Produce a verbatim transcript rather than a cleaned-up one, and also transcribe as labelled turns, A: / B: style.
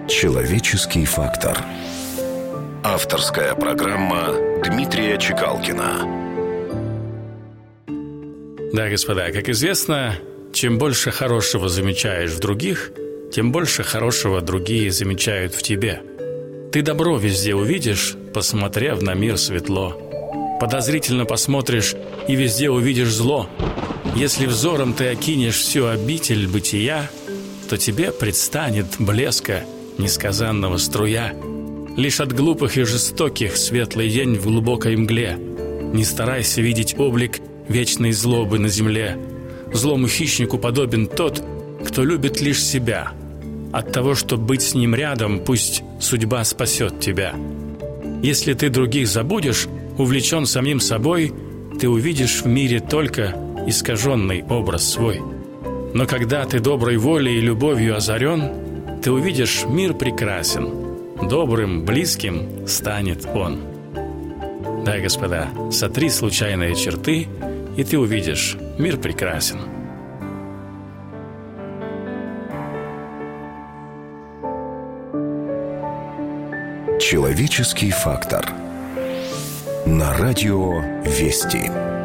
A: Человеческий фактор. Авторская программа Дмитрия Чекалкина.
B: Да, господа, как известно, чем больше хорошего замечаешь в других, тем больше хорошего другие замечают в тебе. Ты добро везде увидишь, посмотрев на мир светло. Подозрительно посмотришь и везде увидишь зло. Если взором ты окинешь всю обитель бытия, то тебе предстанет блеска несказанного струя. Лишь от глупых и жестоких светлый день в глубокой мгле. Не старайся видеть облик вечной злобы на земле. Злому хищнику подобен тот, кто любит лишь себя. От того, чтобы быть с ним рядом, пусть судьба спасет тебя. Если ты других забудешь, увлечен самим собой, ты увидишь в мире только искаженный образ свой. Но когда ты доброй волей и любовью озарен, ты увидишь, мир прекрасен. Добрым, близким станет он. Да, господа, сотри случайные черты, и ты увидишь, мир прекрасен.
A: Человеческий фактор. На радио Вести.